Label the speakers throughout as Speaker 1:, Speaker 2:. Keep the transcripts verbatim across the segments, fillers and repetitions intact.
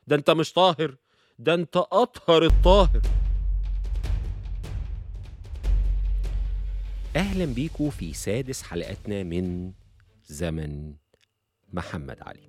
Speaker 1: ده انت مش طاهر، ده انت أطهر الطاهر. أهلا بيكم في سادس حلقاتنا من زمن محمد علي.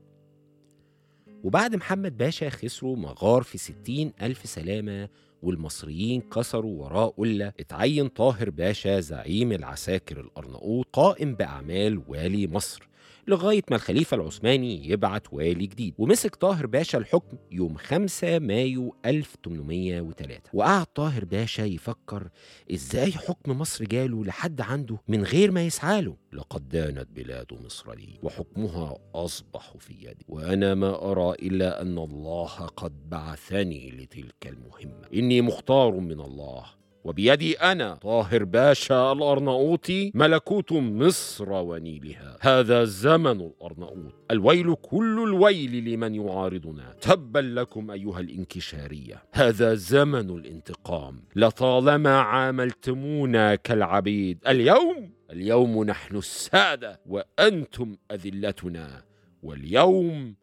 Speaker 1: وبعد محمد باشا خسروا مغار في ستين ألف سلامة والمصريين كسروا وراه قلة، اتعين طاهر باشا زعيم العساكر الأرناؤوط قائم بأعمال والي مصر لغاية ما الخليفة العثماني يبعت والي جديد. ومسك طاهر باشا الحكم يوم خمسة مايو ألف وثمانمائة وثلاثة. وقعد طاهر باشا يفكر إزاي حكم مصر جاله لحد عنده من غير ما يسعاله. لقد دانت بلاد مصر لي وحكمها أصبح في يدي، وأنا ما أرى إلا أن الله قد بعثني لتلك المهمة. إني مختار من الله، وبيدي أنا طاهر باشا الأرناؤوطي ملكوت مصر ونيلها. هذا زمن الأرناؤوط، الويل كل الويل لمن يعارضنا. تبا لكم أيها الإنكشارية، هذا زمن الانتقام. لطالما عاملتمونا كالعبيد، اليوم اليوم نحن السادة وأنتم أذلتنا، واليوم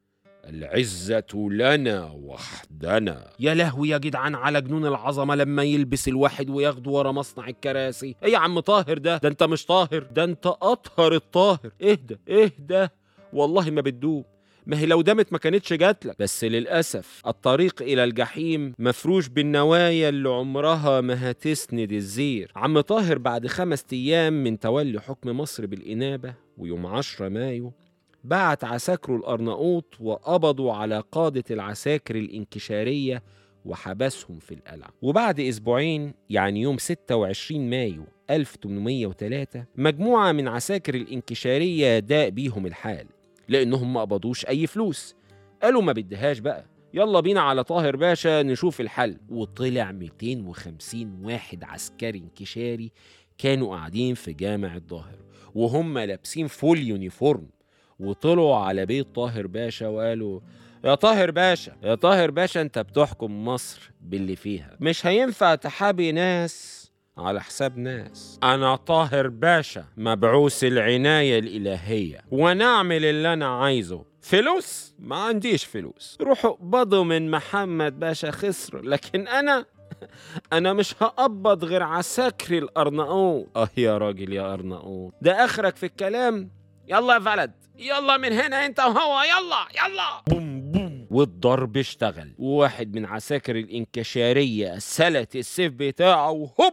Speaker 1: العزة لنا وحدنا. يا لهوي يا جدعان على جنون العظمة لما يلبس الواحد وياخده ورا مصنع الكراسي. ايه يا عم طاهر ده؟ ده انت مش طاهر، ده انت أطهر الطاهر. اهدى اهدى، والله ما بتدوم. ما هي لو دامت ما كانتش جاتلك. بس للأسف الطريق إلى الجحيم مفروش بالنوايا اللي عمرها ما هتسند الزير. عم طاهر بعد خمس أيام من تولي حكم مصر بالإنابة ويوم عشرة مايو بعت عساكروا الأرناؤوط وقبضوا على قادة العساكر الإنكشارية وحبسهم في القلعة. وبعد أسبوعين يعني يوم ستة وعشرين مايو ألف وثمانمائة وثلاثة مجموعة من عساكر الإنكشارية داق بيهم الحال لأنهم ما قبضوش أي فلوس. قالوا ما بدهاش بقى، يلا بينا على طاهر باشا نشوف الحل. وطلع مئتين وخمسين واحد عسكري انكشاري كانوا قاعدين في جامع الظاهر وهم لابسين فول يونيفورم، وطلعوا على بيت طاهر باشا وقالوا يا طاهر باشا يا طاهر باشا انت بتحكم مصر باللي فيها، مش هينفع تحابي ناس على حساب ناس. انا طاهر باشا مبعوث العناية الإلهية ونعمل اللي انا عايزه. فلوس؟ ما عنديش فلوس، روحوا اقبضوا من محمد باشا خسر، لكن انا أنا مش هقبض غير عساكري الأرناؤوط. اه يا راجل يا أرناؤوط، ده آخرك في الكلام؟ يلا يا فلد، يلا من هنا انت وهو، يلا يلا. بوم بوم، والضرب اشتغل. وواحد من عساكر الانكشارية سلت السيف بتاعه وهوب،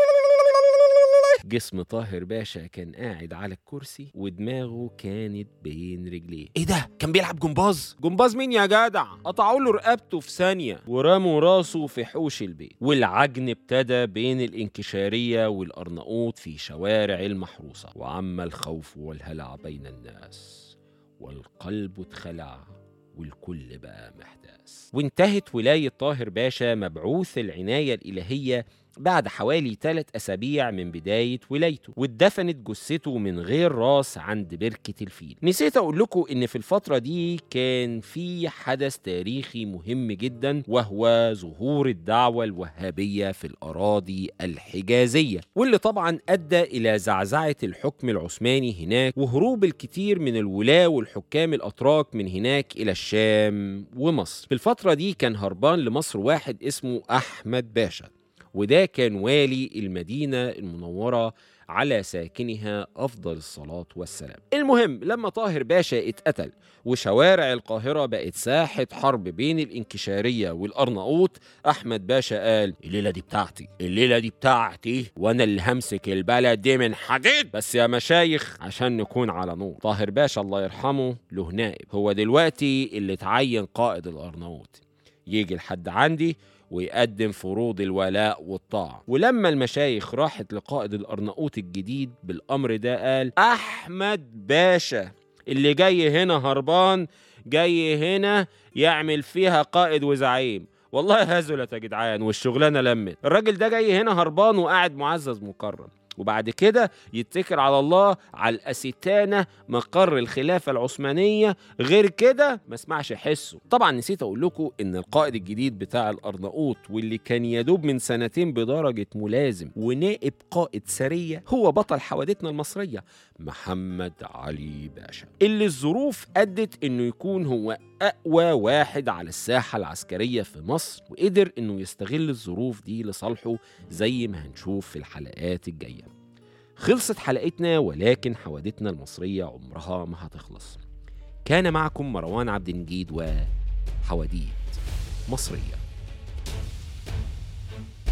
Speaker 1: جسم طاهر باشا كان قاعد على الكرسي ودماغه كانت بين رجليه. ايه ده؟ كان بيلعب جمباز؟ جمباز مين يا جدع؟ قطعوا له رقبته في ثانية ورموا راسه في حوش البيت. والعجن ابتدى بين الانكشارية والأرناؤوط في شوارع المحروسة، وعم الخوف والهلع بين الناس، والقلب اتخلع والكل بقى محتاس. وانتهت ولاية طاهر باشا مبعوث العناية الإلهية بعد حوالي ثلاث أسابيع من بداية ولايته، واتدفنت جثته من غير راس عند بركة الفيل. نسيت أقول لكم إن في الفترة دي كان في حدث تاريخي مهم جدا، وهو ظهور الدعوة الوهابية في الأراضي الحجازية، واللي طبعا أدى إلى زعزعة الحكم العثماني هناك وهروب الكثير من الولاة والحكام الأتراك من هناك إلى الشام ومصر. في الفترة دي كان هربان لمصر واحد اسمه أحمد باشا، وده كان والي المدينة المنورة على ساكنها أفضل الصلاة والسلام. المهم لما طاهر باشا اتقتل وشوارع القاهرة بقت ساحة حرب بين الانكشارية والأرناؤوط، أحمد باشا قال الليلة دي بتاعتي، الليلة دي بتاعتي، وأنا اللي همسك البلد دي من حديد. بس يا مشايخ عشان نكون على نور، طاهر باشا الله يرحمه له نائب، هو دلوقتي اللي اتعين قائد الأرناؤوط، يجي لحد عندي ويقدم فروض الولاء والطاعة. ولما المشايخ راحت لقائد الأرناؤوط الجديد بالأمر ده قال أحمد باشا اللي جاي هنا هربان جاي هنا يعمل فيها قائد وزعيم. والله هزلت يا جدعان والشغلانة لمت. الراجل ده جاي هنا هربان وقاعد معزز مكرم، وبعد كده يتكل على الله على الأستانة مقر الخلافة العثمانية، غير كده ما اسمعش حسه. طبعا نسيت أقول لكم إن القائد الجديد بتاع الأرناؤوط واللي كان يدوب من سنتين بدرجة ملازم ونائب قائد سرية هو بطل حوادثنا المصرية محمد علي باشا، اللي الظروف أدت إنه يكون هو أقوى واحد على الساحة العسكرية في مصر، وقدر إنه يستغل الظروف دي لصالحه زي ما هنشوف في الحلقات الجاية. خلصت حلقتنا، ولكن حوادثنا المصرية عمرها ما هتخلص. كان معكم مروان عبد المجيد وحواديت مصرية.